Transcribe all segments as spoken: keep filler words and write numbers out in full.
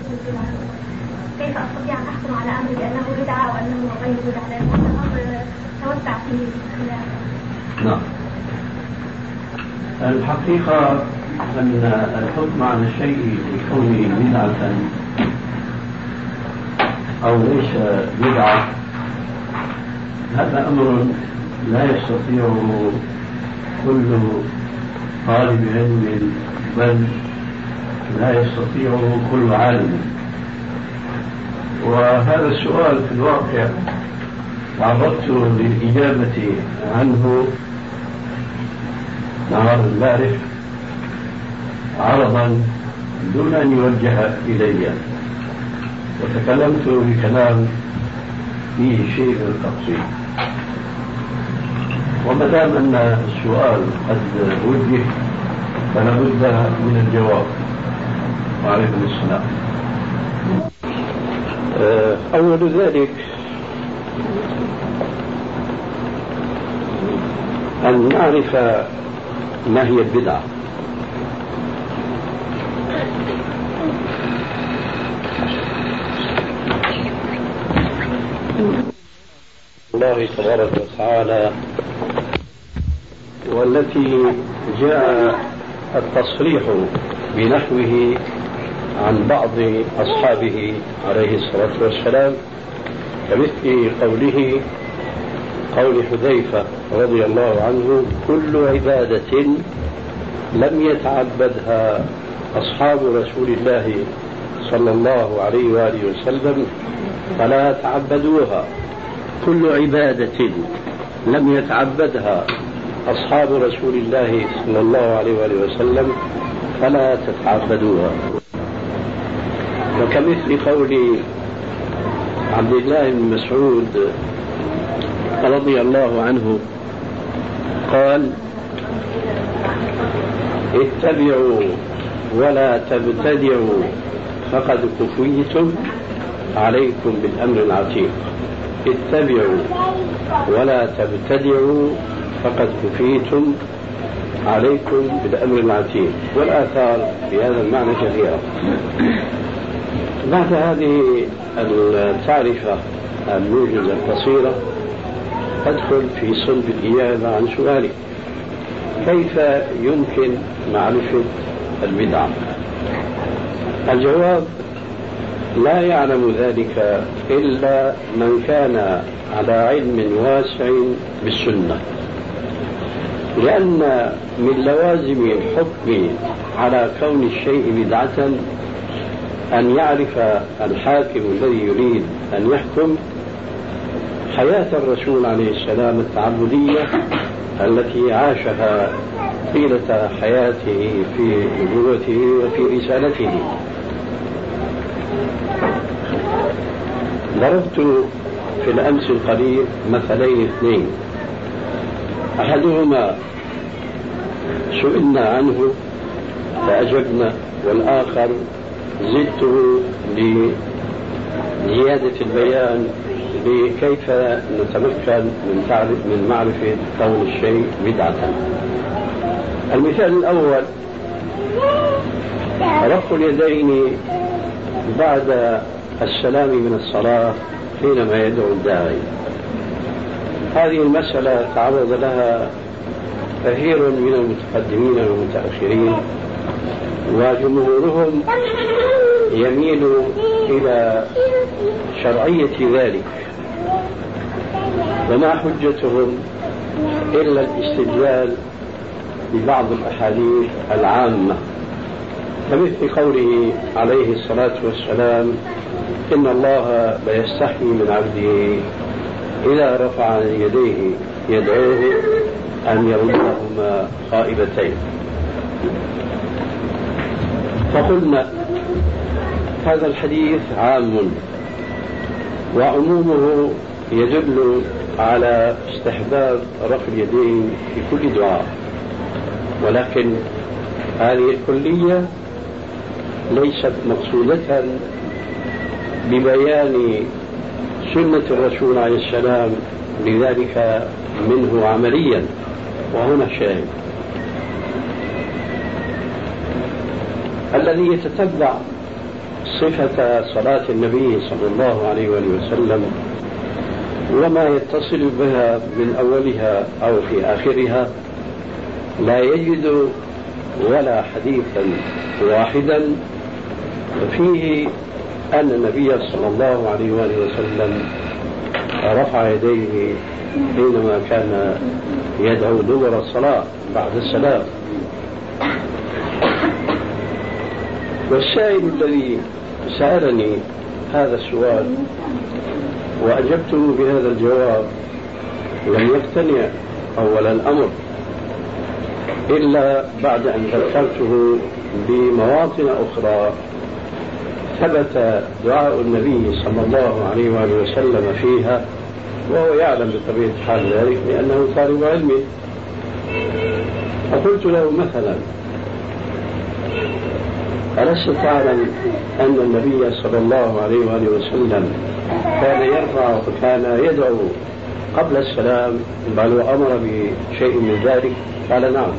كيف أستطيع أن أحكم على أمر بأنه بدعة وأنه غير بدعة؟ لأن هذا الأمر توسع فيه الخلاف. نعم. الحقيقة أن الحكم على الشيء بكونه بدعة أو ليس بدعة هذا أمر لا يستطيعه كل طالب علم، بل لا يستطيعه كل عالم. وهذا السؤال في الواقع تعرضت للإجابة عنه نهار البارح عرضا دون أن يوجه إلي، وتكلمت بكلام فيه شيء من التقصير. وما دام أن السؤال قد وجه فلا بد من الجواب. وعليكم السلام. أول ذلك أن نعرف ما هي البدعة. الله تبارك وتعالى والتي جاء التصريح بنحوه عن بعض أصحابه عليه الصلاة والسلام، كمثل قوله قول حذيفة رضي الله عنه: كل عبادة لم يتعبدها أصحاب رسول الله صلى الله عليه وآله وسلم فلا تعبدوها. كل عبادة لم يتعبدها أصحاب رسول الله صلى الله عليه وآله وسلم فلا تتعبدوها. وكمثل قول عبد الله بن مسعود رضي الله عنه قال: اتبعوا ولا تبتدعوا فقد كفيتم عليكم بالأمر العتيق. اتبعوا ولا تبتدعوا فقد كفيتم عليكم بالأمر العتيق. والآثار في هذا المعنى كثيرة. بعد هذه التعرفة الموجزة القصيرة أدخل في صلب الإجابة عن سؤالي: كيف يمكن معرفة البدعة؟ الجواب: لا يعلم ذلك إلا من كان على علم واسع بالسنة، لأن من لوازم الحكم على كون الشيء بدعة أن يعرف الحاكم الذي يريد أن يحكم حياة الرسول عليه السلام التعبدية التي عاشها طيلة حياته في نبوته وفي رسالته. ضربت في الأمس القريب مثلين اثنين، أحدهما سئلنا عنه فأجبنا، والآخر زدته لزيادة البيان لكيف نتمكن من تعرف من معرفة كون الشيء بدعة. المثال الأول: رفع اليدين بعد السلام من الصلاة حينما يدعو الداعي. هذه المسألة تعرض لها كثير من المتقدمين والمتأخرين، وجمهورهم يميل إلى شرعية ذلك، وما حجتهم إلا الاستدلال ببعض الأحاديث العامة، كمثل قوله عليه الصلاة والسلام: إن الله لا يستحي من عبده إذا رفع يديه يدعوه أن يردهما خائبتين. فقلنا هذا الحديث عام، وعمومه يدل على استحباب رفع اليدين في كل دعاء، ولكن هذه الكلية ليست مقصودة ببيان سنة الرسول عليه السلام لذلك منه عمليا. وهنا الشاهد: الذي يتتبع صفة صلاة النبي صلى الله عليه وآله وسلم وما يتصل بها من أولها أو في آخرها لا يجد ولا حديثا واحدا فيه أن النبي صلى الله عليه وآله وسلم رفع يديه حينما كان يدعو دبر الصلاة بعد السلام. والسائل الذي سألني هذا السؤال وأجبته بهذا الجواب لم يقتنع أول الأمر إلا بعد أن ذكرته بمواطن أخرى ثبت دعاء النبي صلى الله عليه وآله وسلم فيها، وهو يعلم بطبيعة حال ذلك لأنه طالب علم. فقلت له مثلا: ألست تعلم أن النبي صلى الله عليه وآله وسلم كان يرفع وكان يدعو قبل السلام بل وأمر بشيء من ذلك؟ قال: نعم.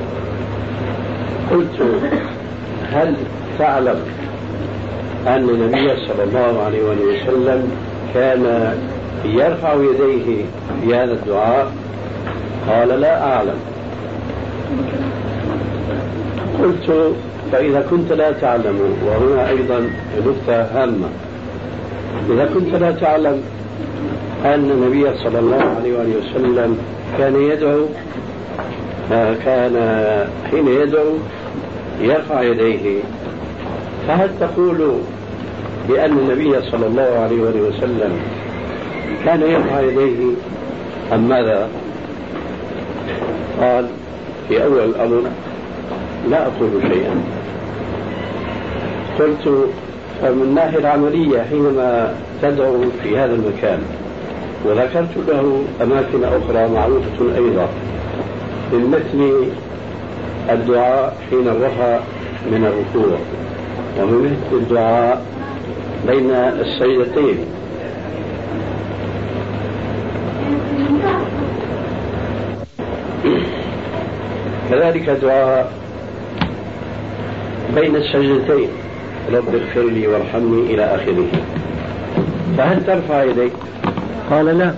قلت: هل تعلم أن النبي صلى الله عليه وآله وسلم كان يرفع يديه في هذا الدعاء؟ قال: لا أعلم. قلت: فإذا كنت لا تعلم، وهنا أيضا نقطة هامة، إذا كنت لا تعلم أن النبي صلى الله عليه وآله وسلم كان يدعو كان حين يدعو يرفع يديه، فهل تقول بأن النبي صلى الله عليه وآله وسلم كان يرفع يديه أم ماذا؟ قال في أول الأمر: لا أقول شيئا. قلت: فمن الناحية العملية حينما تدعو في هذا المكان، وذكرت له أماكن أخرى معروفة أيضا من مثل الدعاء حين الرفع من الركوع، ومن مثل الدعاء بين السجدتين، كذلك دعاء بين السجدتين: رب اغفر لي وارحمني إلى آخره. فهل ترفع يديك؟ قال: لا.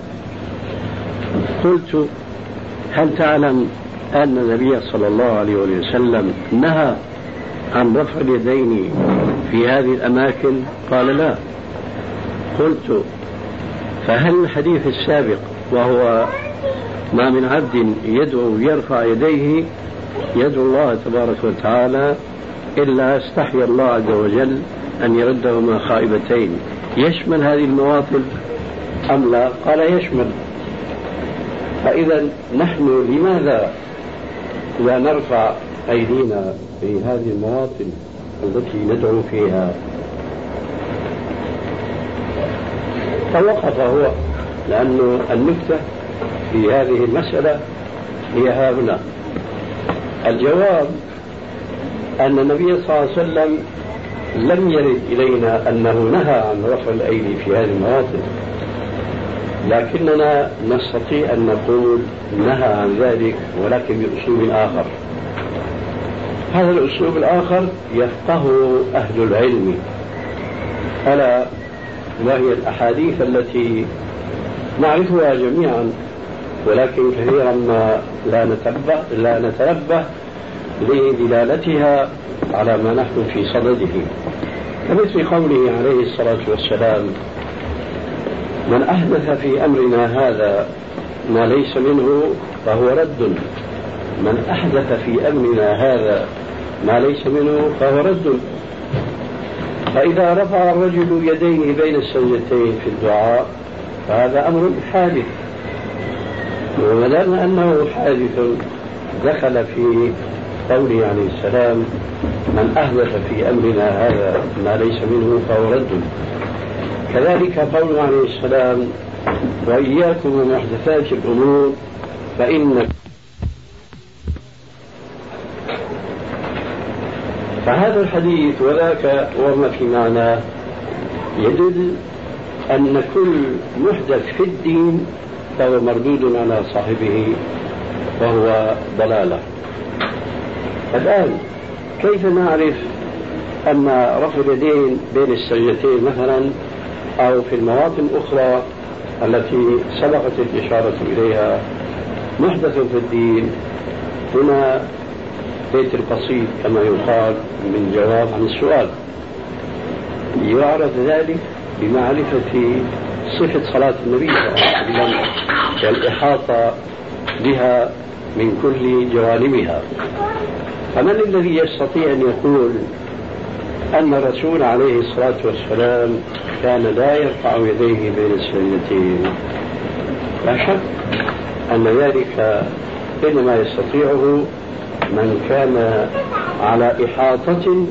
قلت: هل تعلم أن النبي صلى الله عليه وسلم نهى عن رفع اليدين في هذه الأماكن؟ قال: لا. قلت: فهل الحديث السابق وهو ما من عبد يدعو يرفع يديه يدعو الله تبارك وتعالى إلا استحيا الله عز وجل أن يردهما خائبتين، يشمل هذه المواطن أم لا؟ قال: يشمل. فإذا نحن لماذا لا نرفع أيدينا في هذه المواطن التي ندعو فيها؟ فوقف هو، لأن النكتة في هذه المسألة هي ها هنا. الجواب أن النبي صلى الله عليه وسلم لم يرد إلينا أنه نهى عن رفع الأيدي في هذه المواطن، لكننا نستطيع أن نقول نهى عن ذلك ولكن بأسلوب آخر. هذا الأسلوب الآخر يفقهه أهل العلم، ألا وهي الأحاديث التي نعرفها جميعا ولكن كثيرا ما لا نتنبه لا نتنبه لدلالتها على ما نحن في صدده، كمثل قوله عليه الصلاة والسلام: من أحدث في أمرنا هذا ما ليس منه فهو رد. من أحدث في أمرنا هذا ما ليس منه فهو رد. فإذا رفع الرجل يديه بين السجدتين في الدعاء فهذا أمر حادث، وما دام أنه حادث دخل في قوله عليه السلام: من أحدث في أمرنا هذا ما ليس منه فهو رد. كذلك قوله عليه السلام: وإياكم ومحدثات الأمور فإن فهذا الحديث وذاك وما في معناه يدل أن كل محدث في الدين فهو مردود على صاحبه وهو ضلالة. الآن كيف نعرف أن رفع اليدين بين السجدتين مثلا أو في المواطن الأخرى التي سبقت الإشارة إليها محدث في الدين، هنا بيت القصيد كما يقال من جواب عن السؤال. يعرف ذلك بمعرفة صفة صلاة النبي صلى الله عليه وسلم والإحاطة بها من كل جوانبها. فمن الذي يستطيع أن يقول أن الرسول عليه الصلاة والسلام كان لا يرفع يديه بين السجدتين؟ لا شك أن ذلك إنما يستطيعه من كان على إحاطة،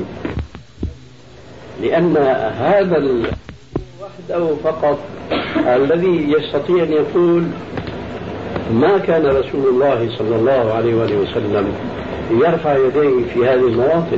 لأن هذا وحده فقط الذي يستطيع أن يقول ما كان رسول الله صلى الله عليه وآله وسلم يرفع يديه في هذه المواطن.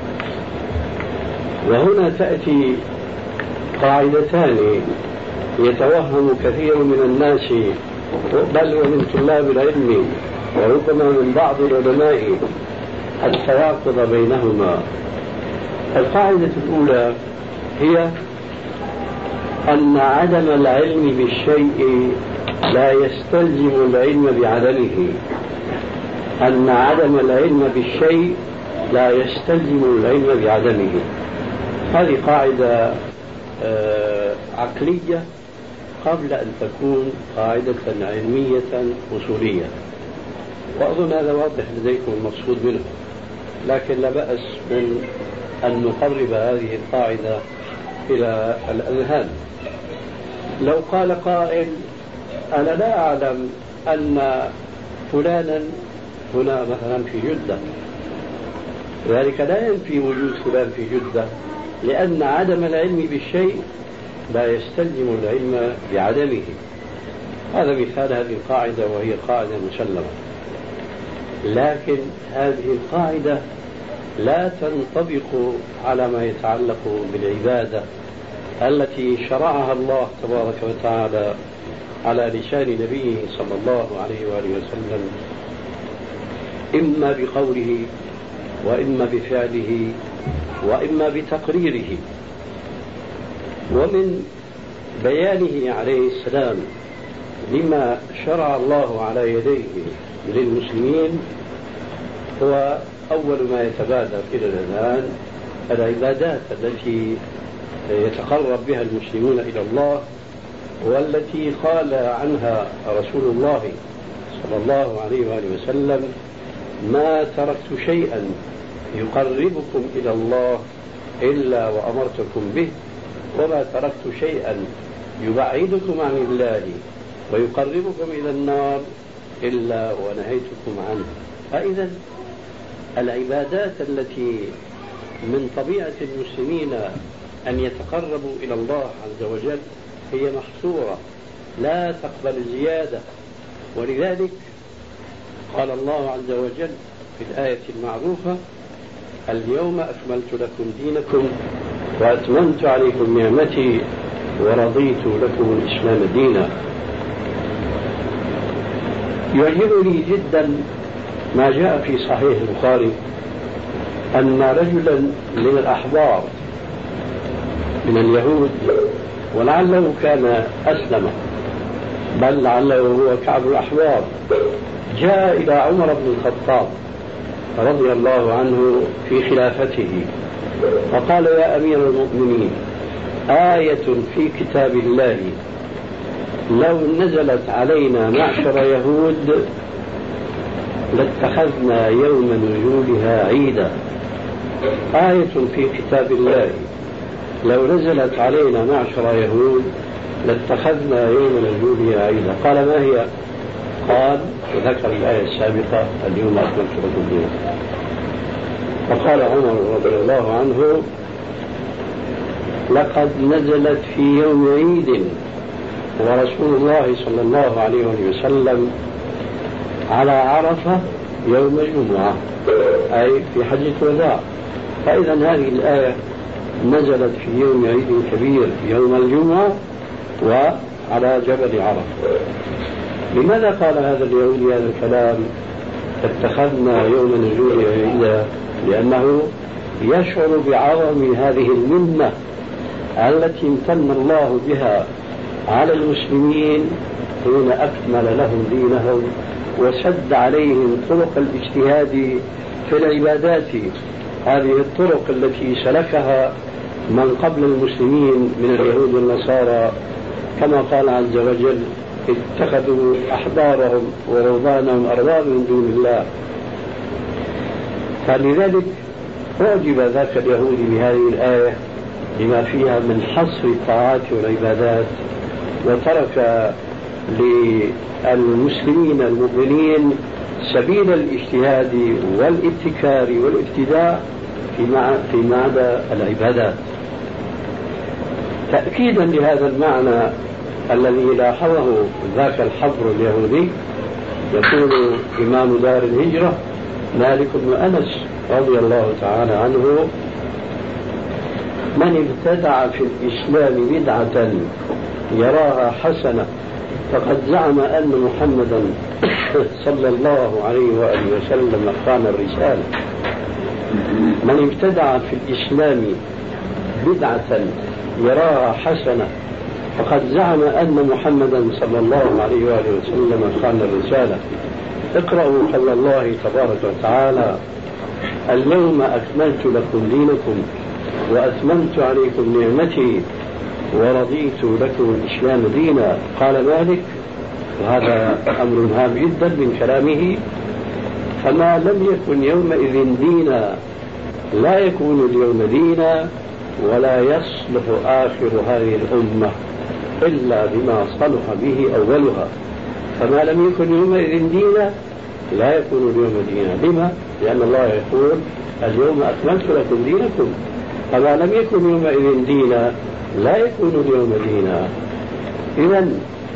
وهنا تأتي قاعدتان يتوهم كثير من الناس بل ومن طلاب العلم وربما من بعض العلماء التناقض بينهما. القاعدة الأولى هي أن عدم العلم بالشيء لا يستلزم العلم بعدمه. أن عدم العلم بالشيء لا يستلزم العلم بعدمه. هذه قاعدة آه عقلية قبل أن تكون قاعدة علمية أصولية، وأظن هذا واضح لديكم المقصود منه، لكن لا بأس من أن نقرب هذه القاعدة إلى الأذهان. لو قال قائل أنا لا أعلم أن فلانا هنا مثلا في جدة، ذلك لا ينفي وجود فلان في جدة، لأن عدم العلم بالشيء لا يستلزم العلم بعدمه. هذا مثال هذه القاعدة، وهي قاعدة مسلمة. لكن هذه القاعدة لا تنطبق على ما يتعلق بالعبادة التي شرعها الله تبارك وتعالى على لسان نبيه صلى الله عليه وآله وسلم، إما بقوله وإما بفعله وإما بتقريره. ومن بيانه عليه السلام لما شرع الله على يديه للمسلمين هو أول ما يتبادر إلى الأذهان العبادات التي يتقرب بها المسلمون إلى الله، والتي قال عنها رسول الله صلى الله عليه وآله وسلم ما تركت شيئا يقربكم إلى الله إلا وأمرتكم به، وما تركت شيئا يبعدكم عن الله ويقربكم إلى النار إلا ونهيتكم عنه. فإذا العبادات التي من طبيعة المسلمين أن يتقربوا إلى الله عز وجل هي محصورة لا تقبل الزيادة. ولذلك قال الله عز وجل في الآية المعروفة اليوم أكملت لكم دينكم وأتممت عليكم نعمتي ورضيت لكم الإسلام دينا. يعجبني جدا ما جاء في صحيح البخاري أن رجلا من الأحبار من اليهود، ولعله كان أسلم بل لعله هو كعب الأحبار، جاء إلى عمر بن الخطاب رضي الله عنه في خلافته فقال يا أمير المؤمنين آية في كتاب الله لو نزلت علينا معشر يهود لاتخذنا يوم نزولها عيدا. آية في كتاب الله لو نزلت علينا معشر يهود لاتخذنا يوم نزولها عيدا. قال ما هي؟ قال وذكر الآية السابقة اليوم أكملت لكم دينكم. فقال عمر رضي الله عنه لقد نزلت في يوم عيد ورسول الله صلى الله عليه وسلم على عرفة يوم الجمعة، أي في حجة الوداع. فإذا هذه الآية نزلت في يوم عيد كبير يوم الجمعة وعلى جبل عرفة. لماذا قال هذا اليهودي هذا الكلام اتخذنا يوم نزول عيدا؟ لأنه يشعر بعظم هذه المنة التي امتن الله بها على المسلمين حين أكمل لهم دينهم وسد عليهم طرق الاجتهاد في العبادات، هذه الطرق التي سلكها من قبل المسلمين من اليهود والنصارى، كما قال عز وجل: اتخذوا أحبارهم ورهبانهم أربابا من دون الله. فلذلك أعجب ذاك اليهودي بهذه الآية لما فيها من حصر الطاعات والعبادات، وترك للمسلمين المؤمنين سبيل الاجتهاد والابتكار والابتداع فيما عدا العبادات. تأكيدا لهذا المعنى الذي لاحظه ذاك الحبر اليهودي، يقول إمام دار الهجرة مالك بن أنس رضي الله تعالى عنه: من ابتدع في الإسلام بدعة يراها حسنة فقد زعم أن محمدا صلى الله عليه وآله وسلم خان الرسالة. من ابتدع في الإسلام بدعة يراها حسنة فقد زعم أن محمدا صلى الله عليه وآله وسلم خان الرسالة. اقرأوا قول الله تبارك وتعالى: اليوم أكملت لكم دينكم وأتممت عليكم نعمتي ورضيت لكم الإسلام دينا. قال مالك، وهذا أمر هام جدا من كلامه: فما لم يكن يومئذ دينا لا يكون اليوم دينا ولا يصلح آخر هذه الأمة إلا بما صلح به أولها. فما لم يكن يومئذ دينا لا يكون اليوم دينا. لما؟ لأن الله يقول: اليوم أكملت لكم دينكم. فما لم يكن يومئذ دينا لا يكون اليوم دينا. إذن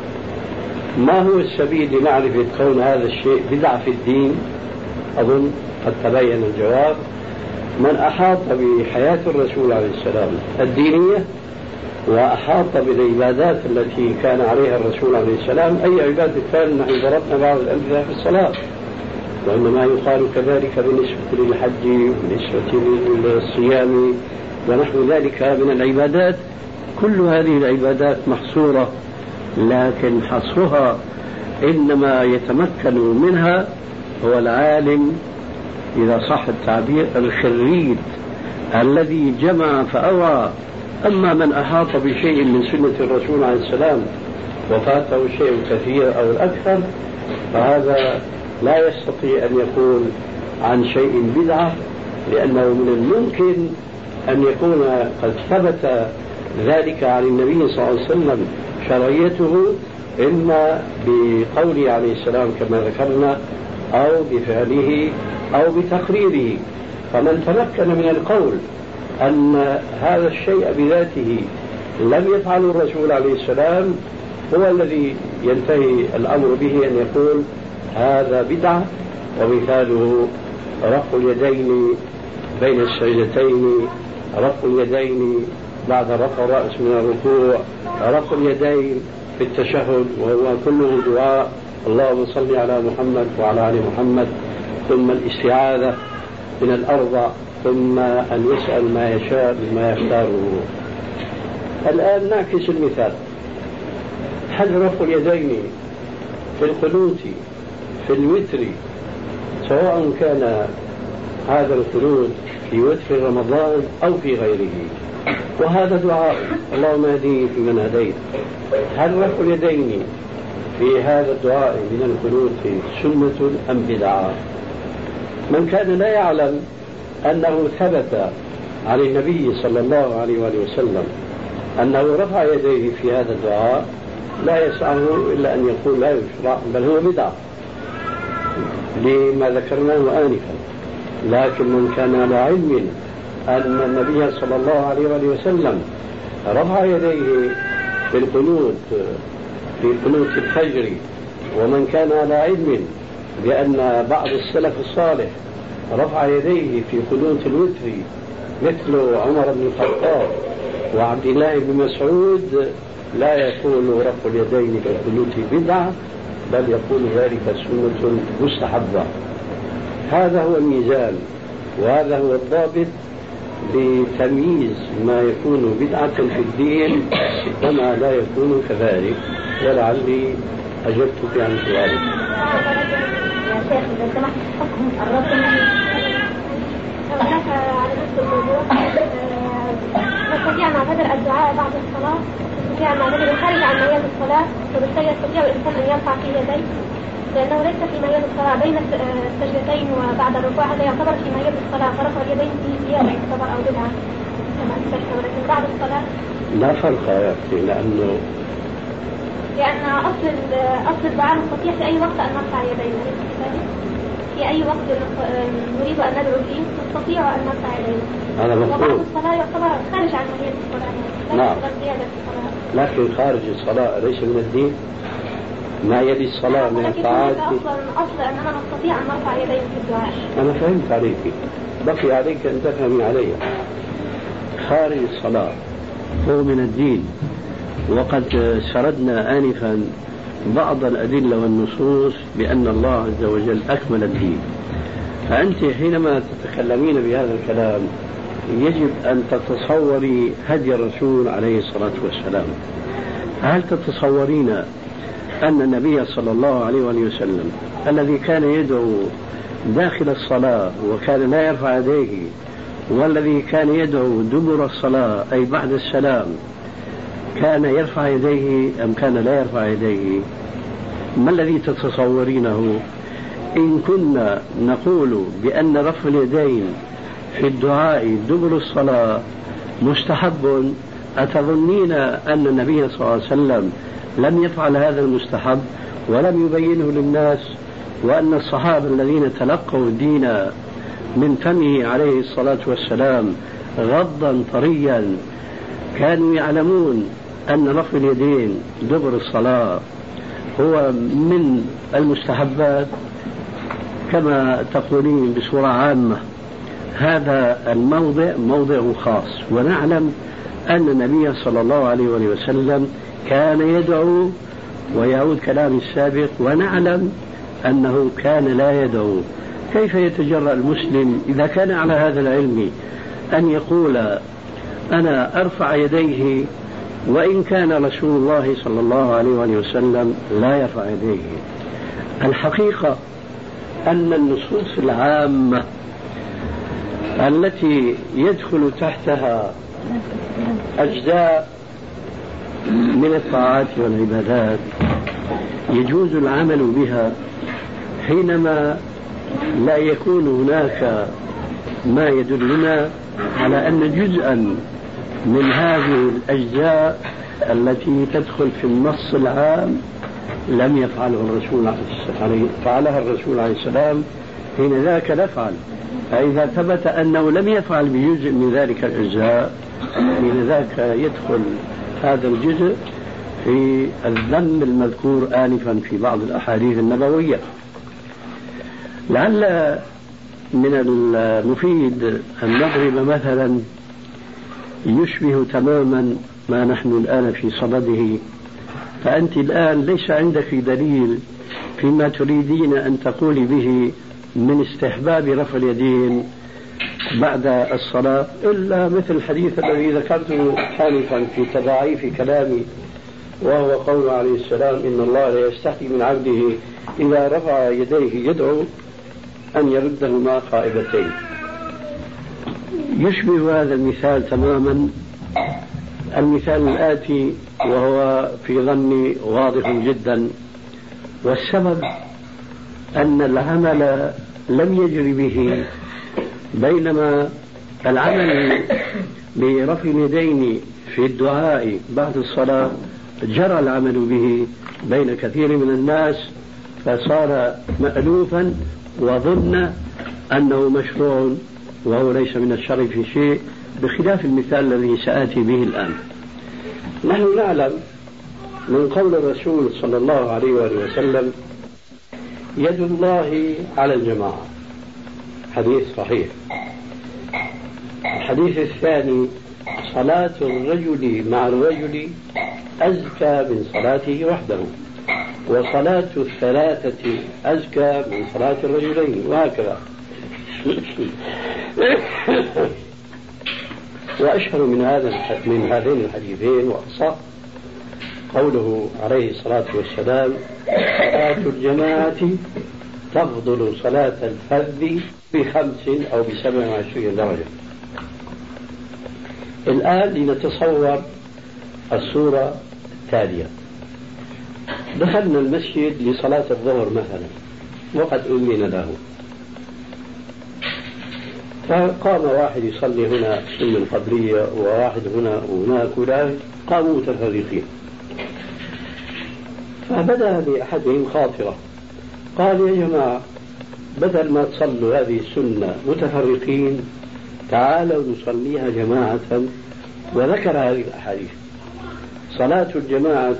ما هو السبيل لمعرفة كون هذا الشيء بدعة في الدين؟ أظن قد تبين الجواب. من أحاط بحياة الرسول عليه السلام الدينية وأحاط بالعبادات التي كان عليها الرسول عليه السلام، أي عبادة كان، نحن ضربنا بعض الأمثلة في الصلاة، وإنما يقال كذلك بالنسبة للحج وبالنسبة للصيام ونحو ذلك من العبادات. كل هذه العبادات محصورة، لكن حصرها إنما يتمكن منها هو العالم، إذا صح التعبير، الخريج الذي جمع فأوعى. أما من أحاط بشيء من سنة الرسول عليه السلام وفاته شيء كثير أو الأكثر، فهذا لا يستطيع أن يقول عن شيء بدعة، لأنه من الممكن أن يكون قد ثبت ذلك عن النبي صلى الله عليه وسلم شرعيته، إما بقوله عليه السلام كما ذكرنا، أو بفعله أو بتقريره. فمن تمكن من القول أن هذا الشيء بذاته لم يفعله الرسول عليه السلام هو الذي ينتهي الأمر به أن يقول هذا بدعة. ومثاله رفع اليدين بين السجدتين، رفع اليدين بعد رفع الرأس من الركوع، رفع اليدين في التشهد وهو كله دعاء اللهم صل على محمد وعلى آل محمد، ثم الاستعاذة من الأرض، ثم أن يسأل ما يشاء بما يختاره. الآن نعكس المثال. هل رفع اليدين في القنوت في الوتر، سواء كان هذا القنوت في وتر رمضان أو في غيره، وهذا دعاء اللهم اهدني فيمن هديت، هل رفع اليدين في هذا الدعاء من القنوت سنة أم بدعة؟ من كان لا يعلم أنه ثبت عن النبي صلى الله عليه وآله وسلم أنه رفع يديه في هذا الدعاء لا يسعه إلا أن يقول لا يشرع بل هو بدعة لما ذكرناه آنفا. لكن من كان على علم أن النبي صلى الله عليه وآله وسلم رفع يديه في القنوت في قنوت الفجر، ومن كان على علم بأن بعض السلف الصالح رفع يديه في قنوت الوتر مثل عمر بن الخطاب وعبد الله بن مسعود، لا يقول رفع اليدين في القنوت بدعة، بل يقول ذلك سنة مستحبة. هذا هو الميزان وهذا هو الضابط بتمييز ما يكون بدعة في الدين وما لا يكون كذلك، ولعلي أجبتك عن سؤالك. يا شيخ إذا سمحت حكم الرد هناك على نفس الموضوع. نستطيع نعتبر الدعاء بعد الصلاة، نستطيع نعتبر خارج عن ميال الصلاة، وبالتالي يستطيع الإنسان أن يرفع في يديه، لأنه ليس في ميال الصلاة بين السجدتين وبعد الركوع، هذا يعتبر في ميال الصلاة، فرفع اليدين في زيادة يعتبر أو بدعة كما أثبت، ولكن بعد الصلاة لا فرق يا أختي، لأنه لأن أصل أصل الدعاء نستطيع في أي وقت أن نرفع يدينا، في أي وقت نريد أن ندعو فيه نستطيع أن نرفع يدينا. هذا مفهوم. وبعد الصلاة يعتبر خارج عن ميال الصلاة، نعم. زيادة في الصلاة. لكن خارج الصلاة ليس من الدين، ما يلي الصلاة من الطاعات. أصلا أصل أننا نستطيع أن نرفع يدينا في الدعاء. أنا فهمت عليك، بقي عليك أن تفهمي علي. خارج الصلاة هو من الدين، وقد سردنا آنفا بعض الأدلة والنصوص بأن الله عز وجل أكمل الدين. فأنت حينما تتكلمين بهذا الكلام يجب أن تتصوري هدي الرسول عليه الصلاة والسلام. هل تتصورين أن النبي صلى الله عليه وسلم الذي كان يدعو داخل الصلاة وكان لا يرفع يديه، والذي كان يدعو دبر الصلاة أي بعد السلام، كان يرفع يديه أم كان لا يرفع يديه؟ ما الذي تتصورينه؟ إن كنا نقول بأن رفع اليدين في الدعاء دبر الصلاة مستحب، أتظنين أن النبي صلى الله عليه وسلم لم يفعل هذا المستحب ولم يبينه للناس، وأن الصحابة الذين تلقوا الدين من فمه عليه الصلاة والسلام غضا طريا كانوا يعلمون أن رفع اليدين دبر الصلاة هو من المستحبات كما تقولين بصورة عامة؟ هذا الموضع موضع خاص، ونعلم أن النبي صلى الله عليه وسلم كان يدعو، ويعود كلام السابق، ونعلم أنه كان لا يدعو. كيف يتجرأ المسلم إذا كان على هذا العلم أن يقول أنا أرفع يديه وإن كان رسول الله صلى الله عليه وسلم لا يرفع يديه؟ الحقيقة أن النصوص العامة التي يدخل تحتها أجزاء من الطاعات والعبادات يجوز العمل بها حينما لا يكون هناك ما يدلنا على أن جزءا من هذه الأجزاء التي تدخل في النص العام لم يفعله الرسول عليه فعلها الرسول عليه السلام، حين ذاك نفعل. فإذا ثبت أنه لم يفعل بجزء من ذلك الأجزاء، حين ذاك يدخل هذا الجزء في الذم المذكور آنفا في بعض الأحاديث النبوية. لعل من المفيد أن نضرب مثلا يشبه تماما ما نحن الآن في صدده. فأنت الآن ليس عندك دليل فيما تريدين أن تقولي به من استحباب رفع اليدين بعد الصلاة إلا مثل الحديث الذي ذكرته حالفا في تضاعيف كلامي، وهو قول عليه السلام إن الله لا يستحي من عبده إذا رفع يديه يدعو أن يردهما خائبتين. يشبه هذا المثال تماما المثال الآتي، وهو في ظني واضح جدا، والسبب أن العمل لم يجري به، بينما العمل برفع اليدين في الدعاء بعد الصلاة جرى العمل به بين كثير من الناس، فصار مألوفا وظن أنه مشروع وهو ليس من الشرع في شيء، بخلاف المثال الذي سآتي به الآن. نحن نعلم من قول الرسول صلى الله عليه وسلم يد الله على الجماعة، حديث صحيح. الحديث الثاني صلاة الرجل مع الرجل أزكى من صلاته وحده، وصلاة الثلاثة أزكى من صلاة الرجلين، وهكذا. وأشهر من هذا من هذين الحديثين وأقصى قوله عليه الصلاة والسلام: صلاة الجماعة تفضل صلاة الفذ بخمس أو بسبع وعشرين درجة. الآن لنتصور الصورة التالية: دخلنا المسجد لصلاة الظهر مثلا وقد أذن له، فقام واحد يصلي هنا ثم القبلية وواحد هنا وهناك وذلك، قاموا متفرقين. فبدأ لأحدهم خاطرة، قال: يا جماعة، بدل ما تصلوا هذه السنة متفرقين تعالوا نصليها جماعة. وذكر هذه الأحاديث: صلاة الجماعة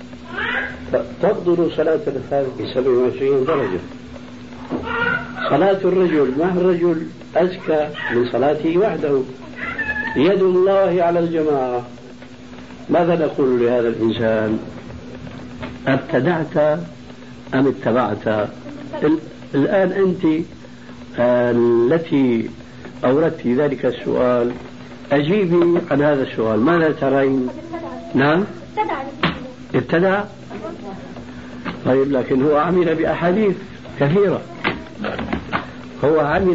تفضل صلاة الفرد بسبع وعشرين درجة. صلاة الرجل مع الرجل أزكى من صلاته وحده. يد الله على الجماعة. ماذا نقول لهذا الإنسان؟ ابتدعت أم اتبعت؟ الآن أنت التي أوردت ذلك السؤال، أجيبي عن هذا السؤال، ماذا ترين؟ نعم، ابتدع. طيب، لكن هو عمل بأحاديث كثيرة، هو عمل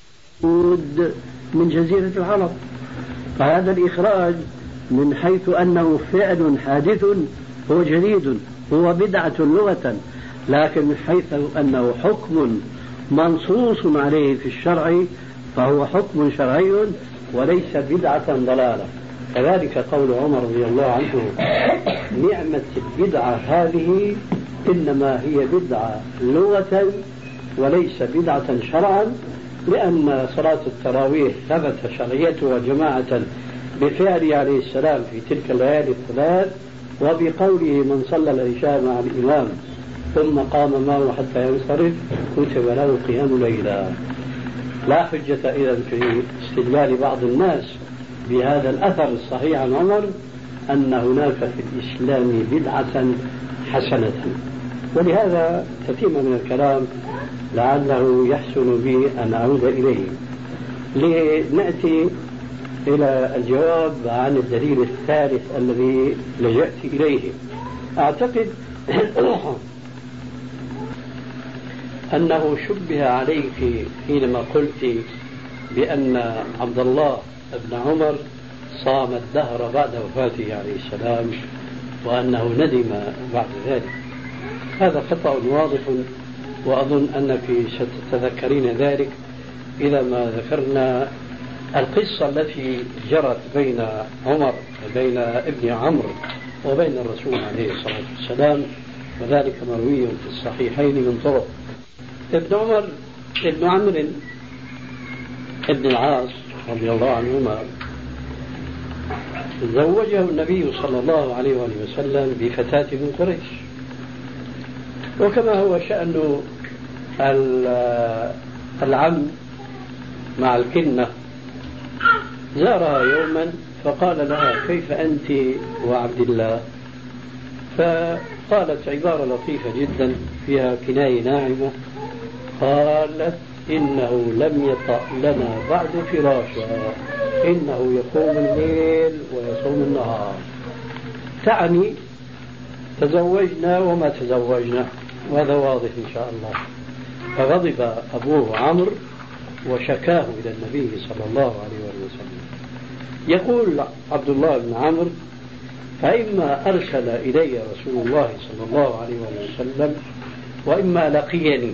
من جزيرة العرب، فهذا الإخراج من حيث أنه فعل حادث هو جديد، هو بدعة لغة، لكن من حيث أنه حكم منصوص عليه في الشرع فهو حكم شرعي وليس بدعة ضلالة. كذلك قول عمر رضي الله عنه: نعمة البدعة هذه، إنما هي بدعة لغة وليس بدعة شرعا، لأن صلاة التراويح ثبت شرعيتها جماعة بفعل عليه السلام في تلك الليالي الثلاث، وبقوله: من صلى العشاء مع الإمام ثم قام معه حتى ينصرف كتب له قيام ليلة. لا حجة إذن في استدلال بعض الناس بهذا الأثر الصحيح عن عمر أن هناك في الإسلام بدعة حسنة. ولهذا تتم من الكلام لعله يحسن بي أن أعود إليه لنأتي إلى الجواب عن الدليل الثالث الذي لجأت إليه. أعتقد أنه شبه عليك حينما قلت بأن عبد الله بن عمر صام الدهر بعد وفاته عليه السلام وأنه ندم بعد ذلك. هذا خطأ واضح، وأظن أنك ستتذكرين ذلك إذا ما ذكرنا القصة التي جرت بين عمر وبين ابن عمرو وبين الرسول عليه الصلاة والسلام، وذلك مروي في الصحيحين من طرق. ابن عمر ابن عمرو ابن العاص رضي الله عنهما زوجه النبي صلى الله عليه وسلم بفتاة من قريش، وكما هو شأن العم مع الكنة زارها يوما فقال لها: كيف أنت وعبد الله؟ فقالت عبارة لطيفة جدا فيها كناية ناعمة، قالت: إنه لم يطأ لنا بعد فراشا، إنه يقوم الليل ويصوم النهار، تعني تزوجنا وما تزوجنا، وهذا واضح إن شاء الله. فغضب أبوه عمرو وشكاه إلى النبي صلى الله عليه وسلم. يقول عبد الله بن عمرو: فإما أرسل إلي رسول الله صلى الله عليه وسلم وإما لقيني.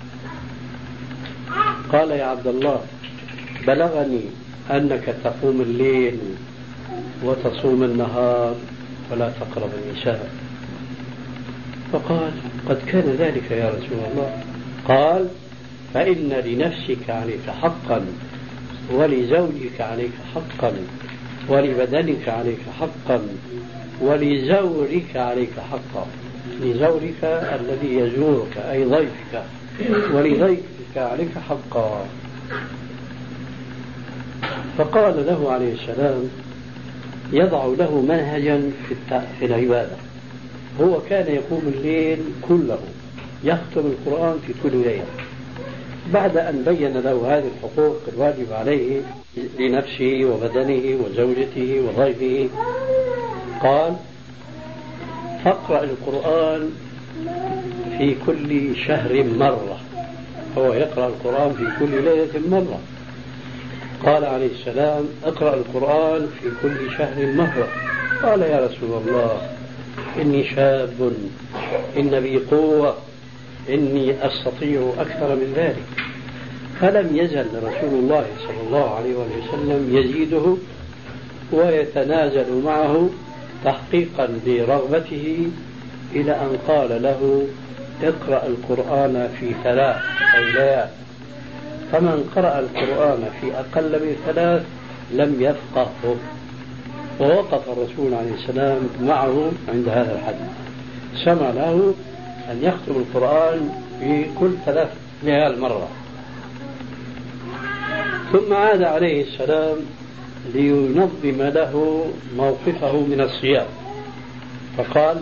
قال: يا عبد الله، بلغني أنك تقوم الليل وتصوم النهار ولا تقرب النساء. فقال: قد كان ذلك يا رسول الله. قال: فإن لنفسك عليك حقا، ولزوجك عليك حقا، ولبدنك عليك حقا، ولزورك عليك حقا. لزورك الذي يزورك أي ضيفك، ولضيفك عليك حقا. فقال له عليه السلام يضع له منهجا في العبادة. هو كان يقوم الليل كله، يختم القرآن في كل ليلة. بعد أن بين له هذه الحقوق الواجب عليه لنفسه وبدنه وزوجته وضيفه. قال: فاقرأ القرآن في كل شهر مرة. هو يقرأ القرآن في كل ليلة مرة. قال عليه السلام: اقرأ القرآن في كل شهر مرة. قال: يا رسول الله، إني شاب، إن بي قوة، إني أستطيع أكثر من ذلك. فلم يزل رسول الله صلى الله عليه وسلم يزيده ويتنازل معه تحقيقا لرغبته، إلى أن قال له: اقرأ القرآن في ثلاث أو ليال. فمن قرأ القرآن في أقل من ثلاث لم يفقهه. ووقف الرسول عليه السلام معه عند هذا الحد، سمع له أن يختم القرآن في كل ثلاث ليال مرة. ثم عاد عليه السلام لينظم له موقفه من الصيام، فقال: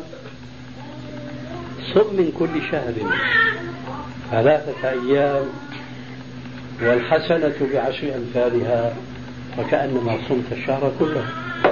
صم من كل شهر ثلاثة أيام والحسنة بعشر أمثالها، فكأنما صمت الشهر كله.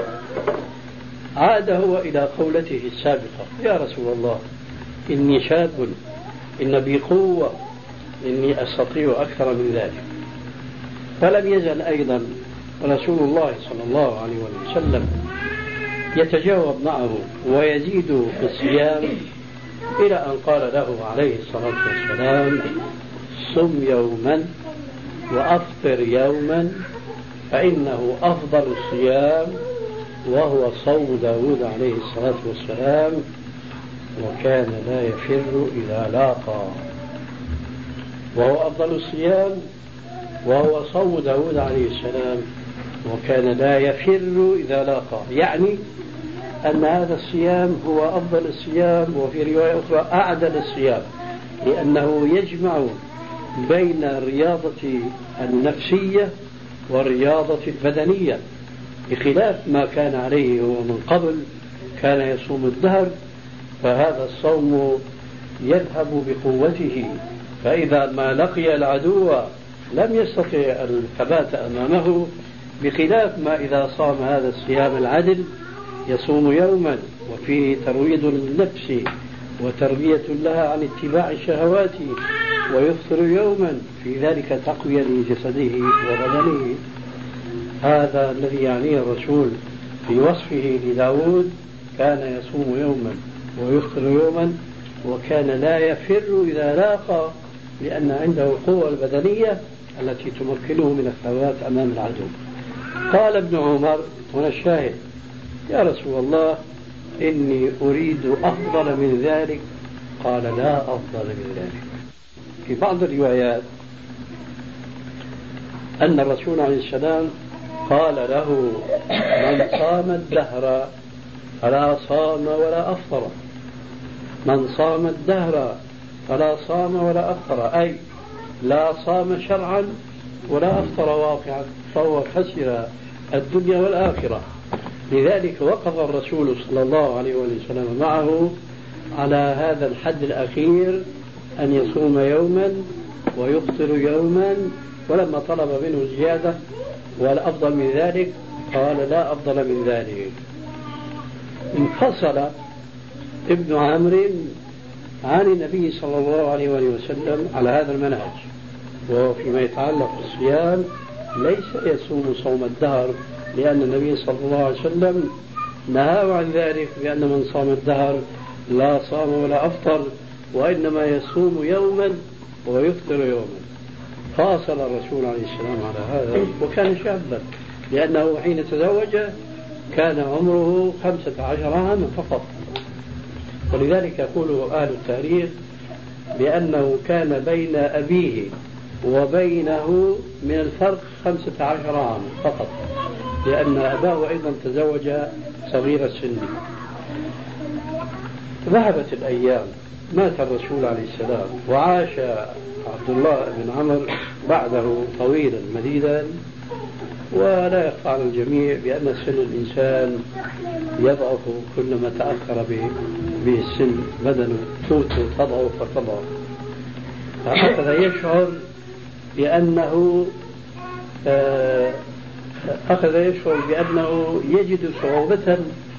عاد هو إلى قولته السابقة: يا رسول الله، إني شاب، إن بي قوة، إني أستطيع أكثر من ذلك. فلم يزل أيضا رسول الله صلى الله عليه وسلم يتجاوب معه ويزيد في الصيام، إلى أن قال له عليه الصلاة والسلام: صم يوما وأفطر يوما، فإنه أفضل الصيام، وهو صوم داود عليه الصلاة والسلام، وكان لا يفر إذا لاقى. وهو أفضل الصيام وهو صوم داود عليه السلام، وكان لا يفر إذا لاقى. يعني أن هذا الصيام هو أفضل الصيام، وفي رواية أخرى أعدل الصيام، لأنه يجمع بين الرياضة النفسية والرياضة البدنية، بخلاف ما كان عليه هو من قبل، كان يصوم الدهر، فهذا الصوم يذهب بقوته، فإذا ما لقي العدو لم يستطع الثبات أمامه، بخلاف ما إذا صام هذا الصيام العدل، يصوم يوما وفيه ترويض للنفس وتربية لها عن اتباع الشهوات، ويفطر يوما في ذلك تقوية لجسده وبدنه. هذا الذي يعنيه الرسول في وصفه لداود: كان يصوم يوما ويفطر يوما، وكان لا يفر إذا لاقى، لأن عنده القوة البدنية التي تمكنه من الثبات أمام العدو. قال ابن عمر، هنا الشاهد: يا رسول الله، إني أريد أفضل من ذلك. قال: لا أفضل من ذلك. في بعض الروايات أن الرسول عليه السلام قال له: من صام الدهر فلا صام ولا أفطر. من صام الدهر فلا صام ولا أفطر، أي لا صام شرعا ولا أفطر واقعا، فهو خسر الدنيا والآخرة. لذلك وقف الرسول صلى الله عليه وسلم معه على هذا الحد الأخير، أن يصوم يوما ويفطر يوما، ولما طلب منه زيادة والأفضل من ذلك قال: لا أفضل من ذلك. انفصل ابن عمرو عن النبي صلى الله عليه وسلم على هذا المنهج، وهو فيما يتعلق بالصيام ليس يصوم صوم الدهر، لأن النبي صلى الله عليه وسلم نهى عن ذلك، بأن من صام الدهر لا صام ولا أفطر، وإنما يصوم يوما ويفطر يوما. فاصل الرسول عليه السلام على هذا، وكان شابا، لأنه حين تزوج كان عمره خمسة عشر عاما فقط. ولذلك يقول أهل التاريخ بأنه كان بين أبيه وبينه من الفرق خمسة عشر عاما فقط، لأن أباه أيضا تزوج صغير السن. ذهبت الأيام، مات الرسول عليه السلام، وعاش عبد الله بن عمرو بعده طويلا مديدا. ولا يخفى على الجميع بأن سن الإنسان يضعف كلما تأخر به السن، بدنه قوته تضعف فتضعف، فأخذ يشعر بأنه أخذ يشعر بأنه يجد صعوبة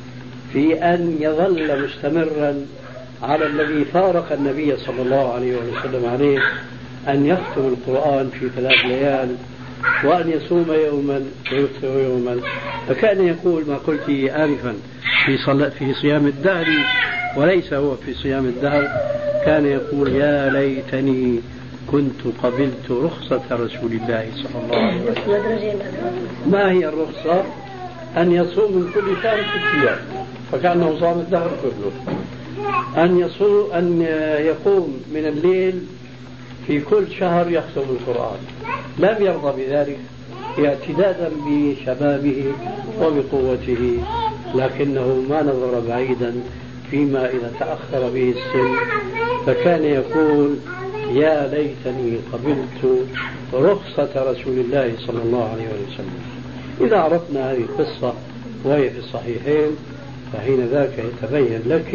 في أن يظل مستمرا على الذي فارق النبي صلى الله عليه وسلم عليه، أن يختم القرآن في ثلاث ليال وأن يصوم يوما ويفطر يوما. فكان يقول ما قلت آنفا في, في صيام الدهر وليس هو في صيام الدهر، كان يقول يا ليتني كنت قبلت رخصة رسول الله صلى الله عليه وسلم. ما هي الرخصة؟ أن يصوم من كل شهر ست أيام، فكأنه صام الدهر كله. أن يصوم أن يقوم من الليل في كل شهر يختم القرآن. لم يرضى بذلك اعتدادا بشبابه وبقوته، لكنه ما نظر بعيدا فيما إذا تأخر به السن، فكان يقول يا ليتني قبلت رخصة رسول الله صلى الله عليه وسلم. إذا عرفنا هذه القصة وهي في الصحيحين فحين ذاك يتبين لك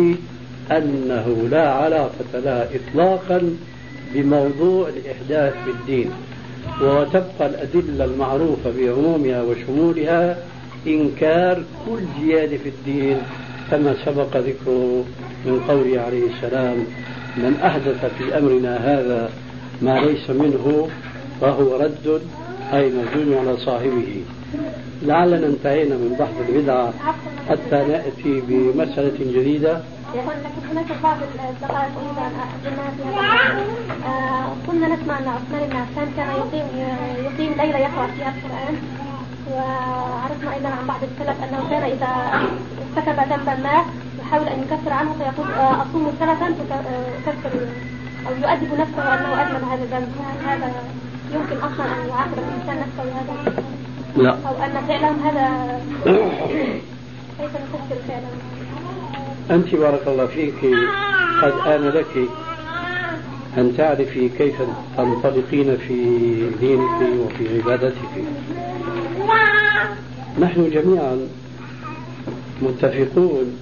أنه لا علاقة لها إطلاقا بموضوع الإحداث في الدين، وتبقى الأدلة المعروفة بعمومها وشمولها إنكار كل زيادة في الدين، كما سبق ذكره من قوله عليه السلام من أحدث في أمرنا هذا ما ليس منه فهو رد، أي مردود على صاحبه. لعلنا انتهينا من بحث البدعة حتى نأتي بمسألة جديدة. يقول لكن هناك بعض الدقائق أريد أن أقدمها في هذا. آه كنا نسمع أن عثمان بن عفان كان يقيم يقيم ليلة يقرأ فيها القرآن، وعرفنا أيضا عن بعض السلف أنه كان إذا ارتكب ذنبا ما يحاول أن يكفر عنه فيقول أصوم سنة تكفر أو يؤدب نفسه أنه أذنب هذا الذنب. هذا يمكن أصلا أن يعاقب الإنسان نفسه بهذا؟ لا. أو أن فعلهم هذا كيف نفسر فعلهم؟ أنت بارك الله فيك قد آن لك أن تعرفي كيف تنطلقين في دينك وفي عبادتك. نحن جميعا متفقون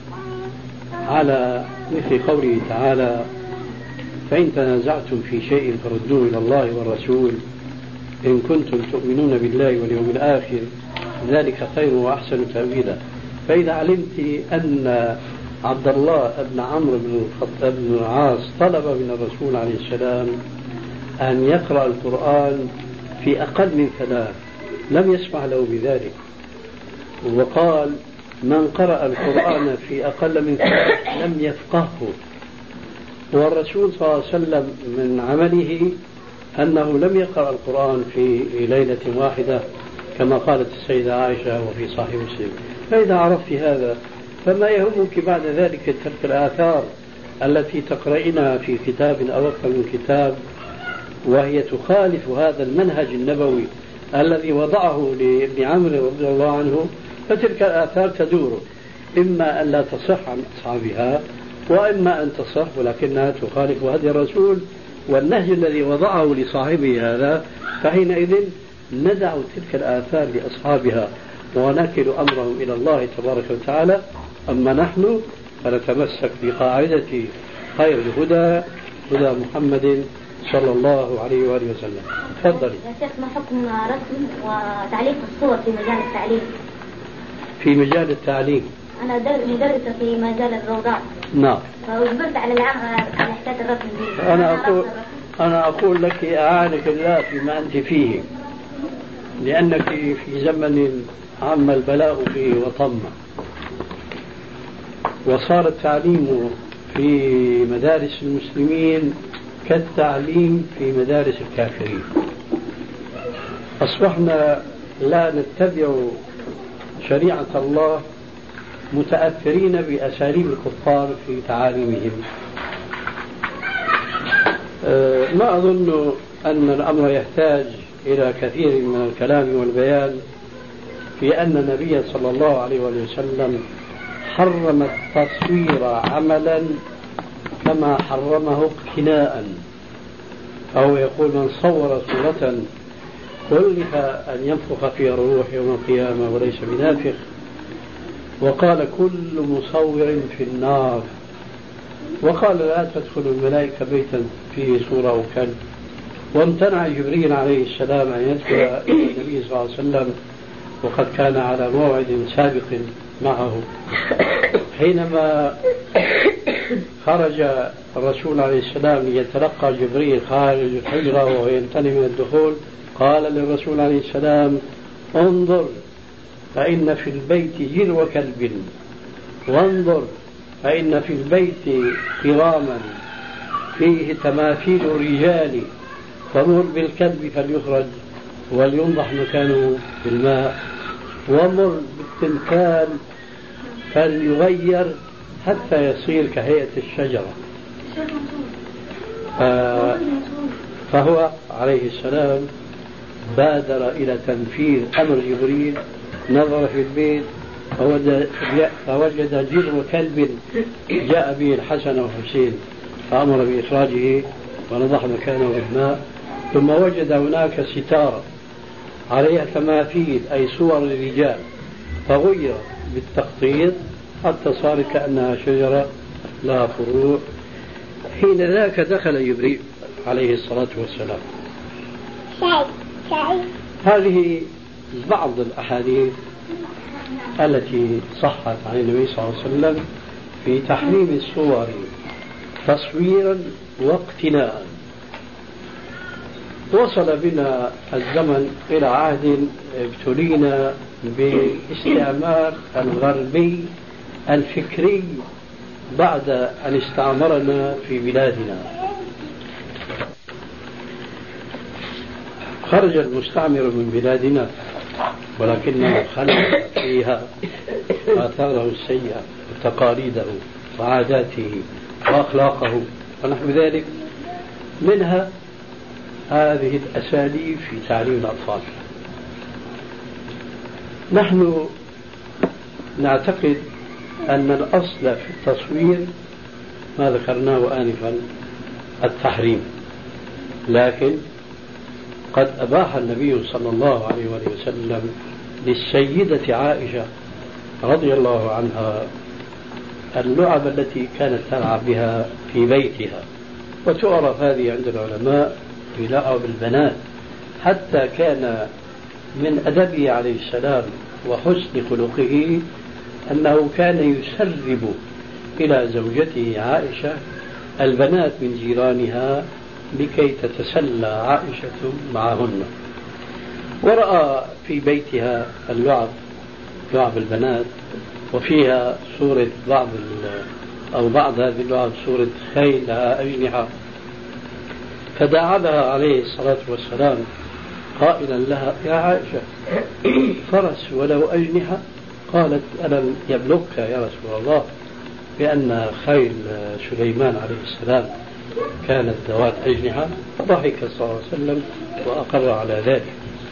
على مثل قوله تعالى فإن تنازعتم في شيء فردوه إلى الله والرسول إن كنتم تؤمنون بالله واليوم الآخر ذلك خير وأحسن تأويلا. فإذا علمت أن عبد الله بن عمرو بن الخطاب بن العاص طلب من الرسول عليه السلام أن يقرأ القرآن في أقل من ثلاث لم يسمح له بذلك، وقال من قرأ القرآن في أقل من ثلاث لم يفقهه، والرسول صلى الله عليه وسلم من عمله أنه لم يقرأ القرآن في ليلة واحدة كما قالت السيدة عائشة وفي صحيح مسلم. فإذا عرفت هذا فما يهمك بعد ذلك تلك الآثار التي تقرأينها في كتاب أو أكثر من كتاب وهي تخالف هذا المنهج النبوي الذي وضعه لابن عمرو رضي الله عنه، فتلك الآثار تدور إما أن لا تصح عن أصحابها وإما أن تصح ولكنها تخالف هدي الرسول والنهج الذي وضعه لصاحبه هذا، فحينئذ ندع تلك الآثار لأصحابها ونكل أمرهم إلى الله تبارك وتعالى. أما نحن فنتمسك بقاعدة خير الهدى هدى محمد صلى الله عليه وآله وسلم. تفضلي. يا شيخ ما حكم رسم وتعليق الصور في مجال التعليم؟ في مجال التعليم أنا مدرسة في مجال الروضات. نعم. فأجبرت على العام على حكاية الرسم دي. أنا أقول أنا أقول لك أعانك الله فيما أنت فيه، لأنك في زمن عم البلاء فيه وطم، وصار التعليم في مدارس المسلمين كالتعليم في مدارس الكافرين. أصبحنا لا نتبع شريعة الله متأثرين بأساليب الكفار في تعاليمهم. أه ما أظن أن الأمر يحتاج إلى كثير من الكلام والبيان في أن النبي صلى الله عليه وسلم حرم التصوير عملا كما حرمه اقتناء، أو يقول من صور صورة كلف أن ينفخ فيها الروح يوم القيامة وليس بنافخ، وقال كل مصور في النار، وقال لا تدخل الملائكة بيتا فيه صورة أو كلب، وامتنع جبريل عليه السلام أن يدخل النبي صلى الله عليه وسلم وقد كان على موعد سابق معه حينما خرج الرسول عليه السلام ليتلقى جبريل خارج الحجرة وهو يمتنع من الدخول، قال للرسول عليه السلام: انظر فإن في البيت جلو كلب، وانظر فإن في البيت كراما فيه تماثيل رجال، فمر بالكلب فليخرج ولينضح مكانه بالماء، ومر بالتمثال فليغير حتى يصير كهيئة الشجرة. فهو عليه السلام بادر إلى تنفيذ أمر جبريل، نظر في البيت فوجد, فوجد جلو كلب جاء به الحسن والحسين، فأمر بإخراجه ونضح مكانه بالماء. ثم وجد هناك ستارة عليها تماثيل أي صور الرجال، فغير بالتخطيط حتى صار كأنها شجرة لها فروع. حين ذاك دخل جبريل عليه الصلاة والسلام. هذه بعض الأحاديث التي صحت عن النبي صلى الله عليه وسلم في تحريم الصور تصويرا واقتناء. وصل بنا الزمن إلى عهد ابتلينا باستعمار الغربي الفكري بعد أن استعمرنا في بلادنا. خرج المستعمر من بلادنا ولكنه خلق فيها آثاره السيئة وتقاليده وعاداته وأخلاقه ونحو ذلك، منها هذه الأساليب في تعليم الأطفال. نحن نعتقد أن الأصل في التصوير ما ذكرناه آنفا التحريم، لكن قد أباح النبي صلى الله عليه وسلم للسيدة عائشة رضي الله عنها اللعب التي كانت تلعب بها في بيتها، وتعرف هذه عند العلماء بلعب البنات، حتى كان من أدبه عليه السلام وحسن خلقه أنه كان يسرب إلى زوجته عائشة البنات من جيرانها لكي تتسلى عائشة معهن. ورأى في بيتها اللعب لعب البنات وفيها صورة بعض أو بعض هذه اللعب صورة خيل لها أجنحة، فدعا عليه الصلاة والسلام قائلا لها: يا عائشة، فرس ولو أجنحة؟ قالت: ألم يبلغك يا رسول الله بأن خيل سليمان عليه السلام كانت ذوات أجنحة؟ ضحك صلى الله عليه وسلم وأقر على ذلك.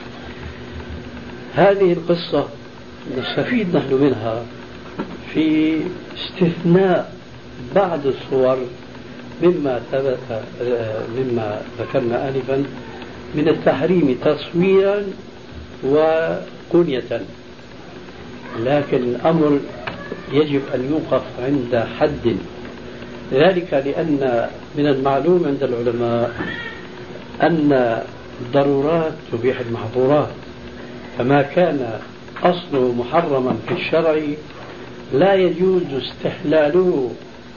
هذه القصة نستفيد نحن منها في استثناء بعض الصور مما ثبت مما ذكرنا آنفا من التحريم تصويرا وكنية، لكن الأمر يجب أن يوقف عند حد، ذلك لأن من المعلوم عند العلماء أن الضرورات تبيح المحظورات، فما كان أصله محرما في الشرع لا يجوز استحلاله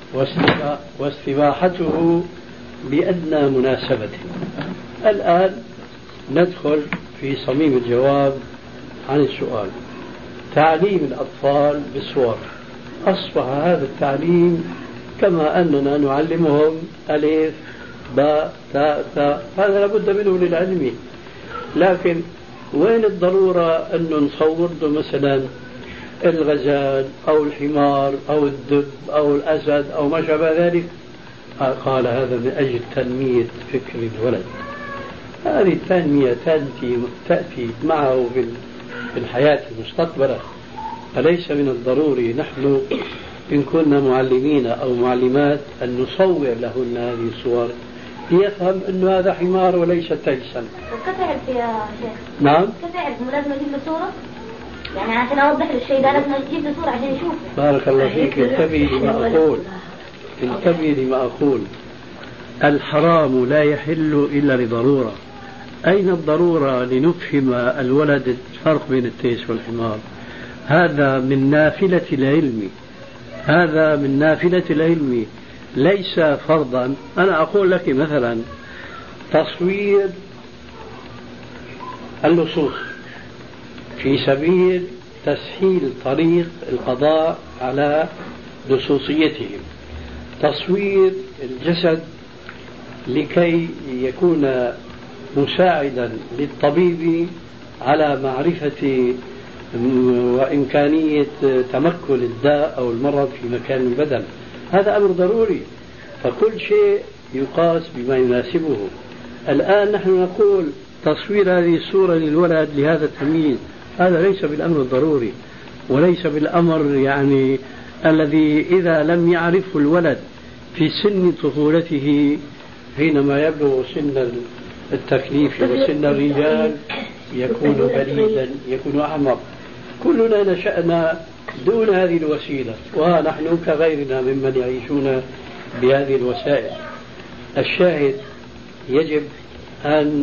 واستباحته بأدنى مناسبة. الآن ندخل في صميم الجواب عن السؤال. تعليم الأطفال بالصور، أصبح هذا التعليم كما أننا نعلمهم ألف باء تاء تاء، هذا لابد منه للعلم، لكن وين الضرورة أنه نصور له مثلا الغزال أو الحمار أو الدب أو الأسد أو ما شابه ذلك؟ قال هذا من أجل تنمية فكر الولد. هذه التنمية تأتي, تأتي معه في الحياة المستقبلة، فليس من الضروري نحن إن كنا معلمين أو معلمات أن نصور لهن هذه الصور ليفهم أن هذا حمار وليس تجسا. كيف يعرف يا شيخ؟ نعم. كيف يعرف؟ مو لازم أجيب له صورة؟ يعني عشان أوضح له الشيء ده لازم أجيب له صورة عشان يشوف. بارك الله فيك. انتبهي لما أقول انتبهي لما أقول الحرام لا يحل إلا لضرورة، أين الضرورة لنفهم الولد الفرق بين التيس والحمار؟ هذا من نافلة العلم، هذا من نافلة العلم ليس فرضا. أنا أقول لك مثلا تصوير اللصوص في سبيل تسهيل طريق القضاء على لصوصيتهم، تصوير الجسد لكي يكون مساعدا للطبيب على معرفة وإمكانية تمكن الداء أو المرض في مكان البدن، هذا أمر ضروري، فكل شيء يقاس بما يناسبه. الآن نحن نقول تصوير هذه الصورة للولد لهذا التمييز، هذا ليس بالأمر الضروري، وليس بالأمر يعني الذي إذا لم يعرفه الولد في سن طفولته حينما يبلغ سن التكليف وسن الرجال يكون بليدا، يكون أحمق. كلنا نشأنا دون هذه الوسيلة، ونحن كغيرنا ممن يعيشون بهذه الوسائل. الشاهد يجب أن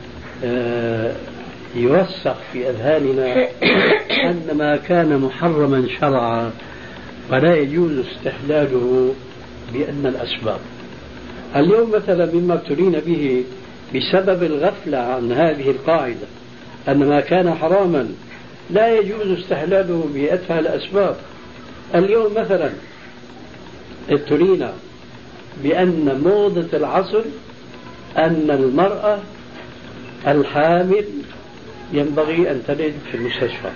يرسخ في أذهاننا أن ما كان محرما شرعا فلا يجوز استحلاله بأن الأسباب. اليوم مثلا مما ابتلينا به بسبب الغفلة عن هذه القاعدة أن ما كان حراما لا يجوز استحلاله بأتفه الأسباب. اليوم مثلا ابتلينا بأن موضة العصر أن المرأة الحامل ينبغي أن تلد في المستشفى.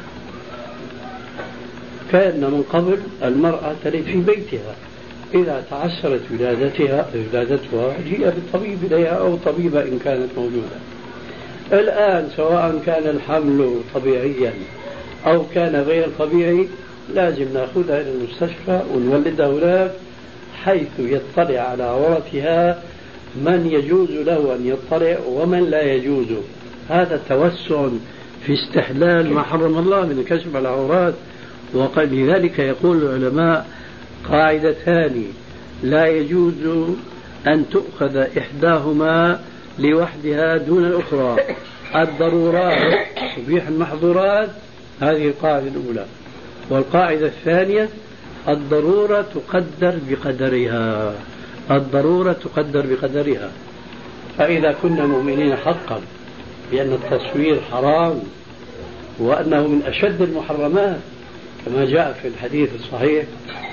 كان من قبل المرأة تلد في بيتها، إذا تعسرت ولادتها ولادتها جيء بالطبيب إليها أو طبيبة إن كانت موجودة. الآن سواء كان الحمل طبيعيا أو كان غير طبيعي لازم نأخذها إلى المستشفى ونولدها هناك حيث يطلع على عورتها من يجوز له أن يطلع ومن لا يجوز. هذا توسع في استحلال ما حرم الله من كشف العورات. وقد لذلك يقول العلماء قاعدتان لا يجوز أن تؤخذ إحداهما لوحدها دون الأخرى، الضرورات تبيح المحظورات، هذه القاعدة الأولى. والقاعدة الثانية الضرورة تقدر بقدرها، الضرورة تقدر بقدرها. فإذا كنا مؤمنين حقا بأن التصوير حرام وأنه من أشد المحرمات كما جاء في الحديث الصحيح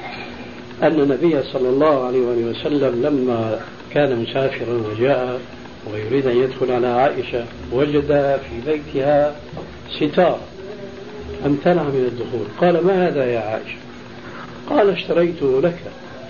أن النبي صلى الله عليه وسلم لما كان مسافرا وجاء ويريد أن يدخل على عائشة وجد في بيتها ستار امتنع من الدخول. قال ما هذا يا عائشة؟ قال اشتريته لك.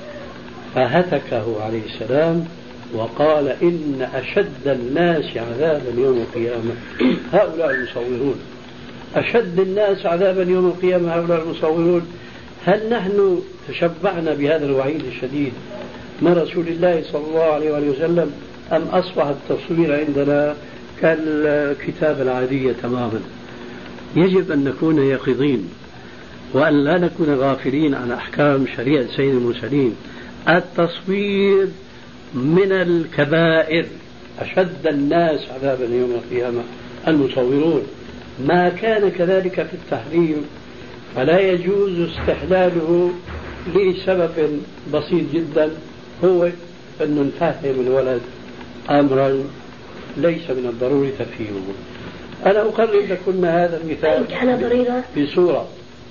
فهتكه عليه السلام وقال إن أشد الناس عذابا يوم القيامة هؤلاء المصورون، أشد الناس عذابا يوم القيامة هؤلاء المصورون. هل نحن تشبعنا بهذا الوعيد الشديد من رسول الله صلى الله عليه وسلم أم أصبح التصوير عندنا كالكتاب العادية تماما؟ يجب أن نكون يقظين وأن لا نكون غافلين عن أحكام شريعة سيد المرسلين. التصوير من الكبائر، أشد الناس عذابا يوم القيامة المصورون. ما كان كذلك في التحريم فلا يجوز استحلاله لسبب بسيط جدا، هو أن نفهم الولد أمرا ليس من الضروري تفهيمه. أنا أقرب لكم هذا المثال في صورة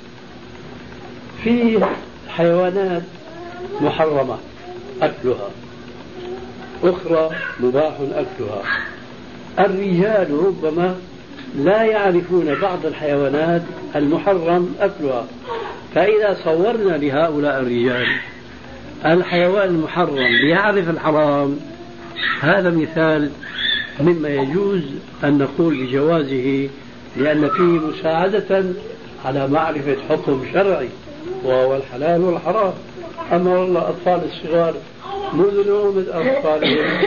في حيوانات محرمة أكلها، أخرى مباح أكلها. الرجال ربما لا يعرفون بعض الحيوانات المحرم أكلها، فإذا صورنا لهؤلاء الرجال الحيوان المحرم ليعرف الحرام، هذا مثال مما يجوز أن نقول بجوازه، لأن فيه مساعدة على معرفة حكم شرعي وهو الحلال والحرام. أما والله الأطفال الصغار منذ نوم أطفالهم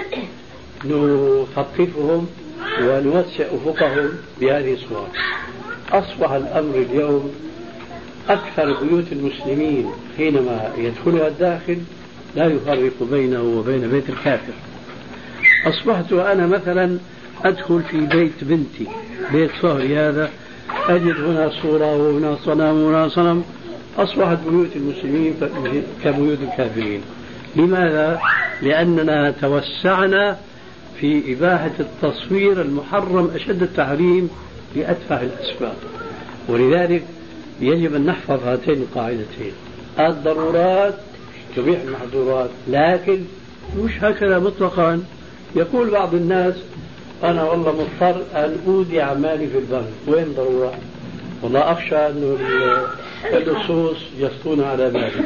نثقفهم ونوسع أفقهم بهذه الصور. أصبح الأمر اليوم أكثر بيوت المسلمين حينما يدخلها الداخل لا يفرق بينه وبين بيت الكافر. أصبحت أنا مثلا أدخل في بيت بنتي بيت صهري هذا أجد هنا صورة وهنا صنم وهنا صنم، أصبحت بيوت المسلمين كبيوت الكافرين. لماذا؟ لأننا توسعنا في إباحة التصوير المحرم أشد التحريم لأتفه الأسباب. ولذلك يجب أن نحفظ هاتين القاعدتين: الضرورات تبيح المحظورات، لكن مش هكذا مطلقا. يقول بعض الناس: أنا والله مضطر أن أودع مالي في البنك، وين ضرورة؟ والله أخشى أن اللصوص يسطون على مالي.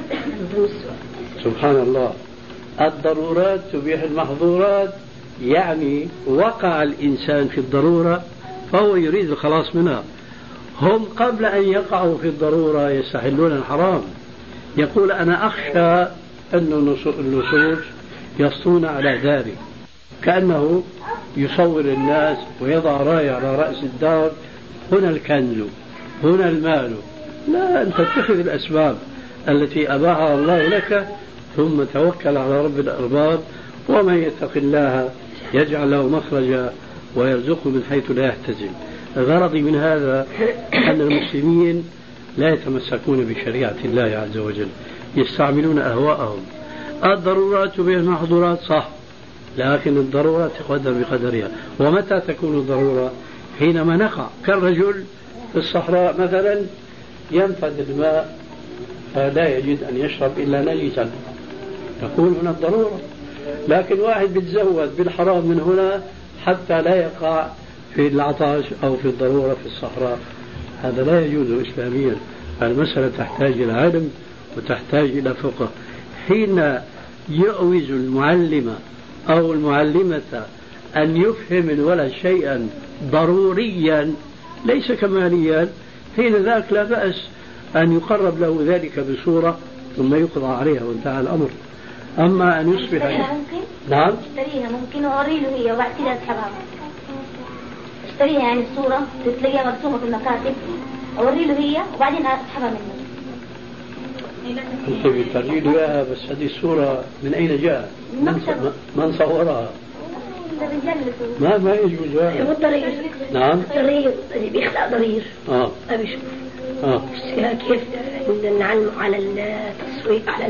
سبحان الله. الضرورات تبيح المحظورات، يعني وقع الإنسان في الضرورة فهو يريد الخلاص منها. هم قبل أن يقعوا في الضرورة يستحلون الحرام. يقول: أنا أخشى أن اللصوص يسطون على داري، كأنه يصور الناس ويضع راية على رأس الدار: هنا الكنز، هنا المال. لا، أنت اتخذ الأسباب التي أباحها الله لك، ثم توكل على رب الأرباب. ومن يتق الله يجعل له مخرجا ويرزقه من حيث لا يحتسب. غرضي من هذا أن المسلمين لا يتمسكون بشريعة الله عز وجل، يستعملون أهواءهم. الضرورات تبيح المحظورات، صح، لكن الضرورة تقدر بقدرها. ومتى تكون الضرورة؟ حينما نقع، كالرجل في الصحراء مثلا ينفذ الماء فلا يجد أن يشرب إلا نجسا، تكون هنا الضرورة. لكن واحد بيتزود بالحرام من هنا حتى لا يقع في العطش أو في الضرورة في الصحراء، هذا لا يجوز إسلاميا. المسألة تحتاج إلى علم وتحتاج إلى فقه. حين يؤوز المعلم أو المعلمة أن يفهم الولد شيئا ضروريا ليس كماليا، حين ذاك لا بأس أن يقرب له ذلك بصورة ثم يقضى عليها وانتهى الأمر. أما أن يصبح اشتريها ممكن؟ نعم، اشتريها ممكن وأوري له هي وبعد كده أسحبها. اشتريها يعني الصورة تلاقيها مرسومة في المكاتب، أوري له هي وبعدين أسحبها منه. أنت بترجي له إياها، بس هذه الصورة من أين جاءت؟ من صورها؟ ما ما يجوز هذا. الضرير. نعم. الضرير اللي بيخلق ضرير. اه. أبي شو. اه. كيف نعلم على التسويق على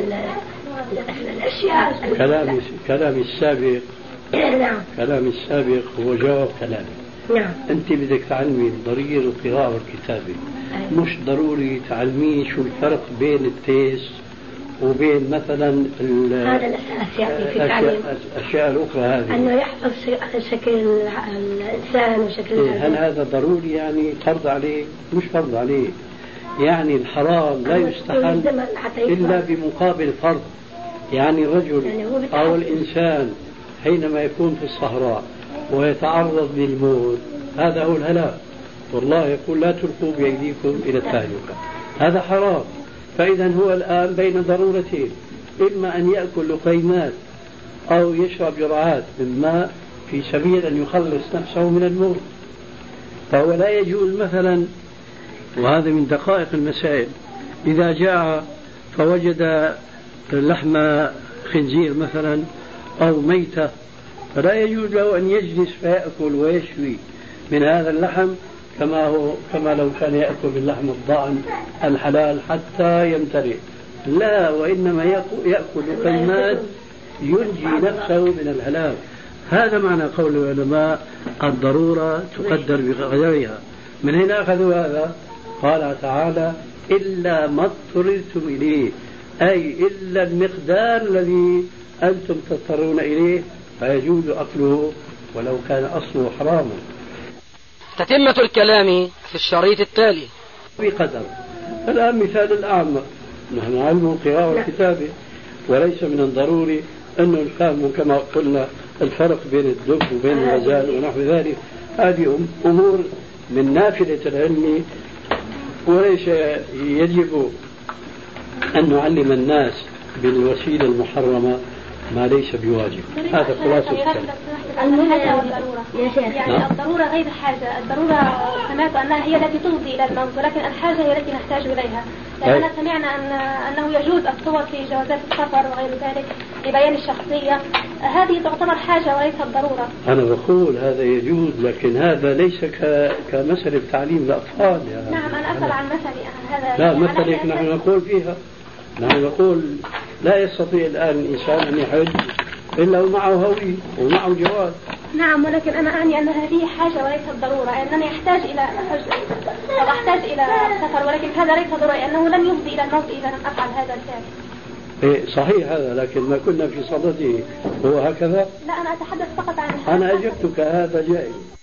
الأشياء. كلامي كلامي السابق. نعم. كلامي السابق هو جواب كلامي. نعم. أنت بدك تعلمي الضرير والقراءة والكتابة. أيوة. مش ضروري تعلمي شو الفرق بين التيس وبين مثلا هذا الأساس يعني في التعليم. الأشياء الأخرى هذه أنه يحفظ شكل الإنسان وشكل إيه. هل هذا ضروري يعني فرض عليه؟ مش فرض عليه. يعني الحرام لا يستحل إلا بمقابل فرض. يعني الرجل يعني أو الإنسان حينما يكون في الصحراء ويتعرض للموت، هذا هو الهلاك. والله يقول: لا تلقوا بأيديكم إلى التهلكة. هذا حرام. فإذا هو الآن بين ضرورتين: إما أن يأكل لقيمات أو يشرب جرعات من ماء في سبيل أن يخلص نفسه من الموت. فهو لا يجوز مثلا، وهذا من دقائق المسائل، إذا جاء فوجد لحم خنزير مثلا أو ميتة، فلا يجوز له أن يجلس فيأكل ويشوي من هذا اللحم كما هو كما لو كان يأكل باللحم الضأن الحلال حتى يمتلئ. لا، وإنما يأكل لقيمات ينجي نفسه من الهلاك. هذا معنى قول العلماء: الضرورة تقدر بقدرها. من هنا أخذوا هذا؟ قال تعالى: إلا ما اضطررتم إليه، أي إلا المقدار الذي أنتم تضطرون إليه فيجوز أكله ولو كان أصله حراما. تتمة الكلام في الشريط التالي. بقدر. الآن مثال الأعمى، نحن علم القراءة والكتابة، وليس من الضروري أنه الفهم كما قلنا الفرق بين الدب وبين الغزال ونحو ذلك. هذه أمور من نافلة العلم، وليس يجب أن نعلم الناس بالوسيلة المحرمة ما ليس بواجب. هذا خلاصة الكلام. الحاجة والضرورة يا شيخ. يعني نعم. الضرورة غير الحاجة. الضرورة سمعت أنها هي التي تفضي إلى الموت، ولكن الحاجة هي التي نحتاج إليها. لأننا سمعنا أن أنه يجوز الصور في جوازات السفر وغير ذلك لبيان الشخصية. هذه تعتبر حاجة وليست ضرورة. أنا بقول هذا يجوز، لكن هذا ليس ك... كمسألة تعليم الأطفال. يعني نعم أنا أسأل عن مثلي هذا. لا يعني مثلك نحن نقول فيها، نحن نقول لا يستطيع الآن الإنسان أن يحج إلا ومعه هوية ومعه جواز. نعم ولكن أنا أعني أن هذه حاجة وليست ضرورة، أنني أحتاج إلى حج أو أحتاج إلى سفر، ولكن هذا ليس ضرورة لأنه لن يفضي إلى الموت إذا لم أفعل هذا الفعل. إيه صحيح هذا، لكن ما كنا في صدده هو هكذا. لا أنا أتحدث فقط عن الحاجة. أنا أجبتك هذا جائز.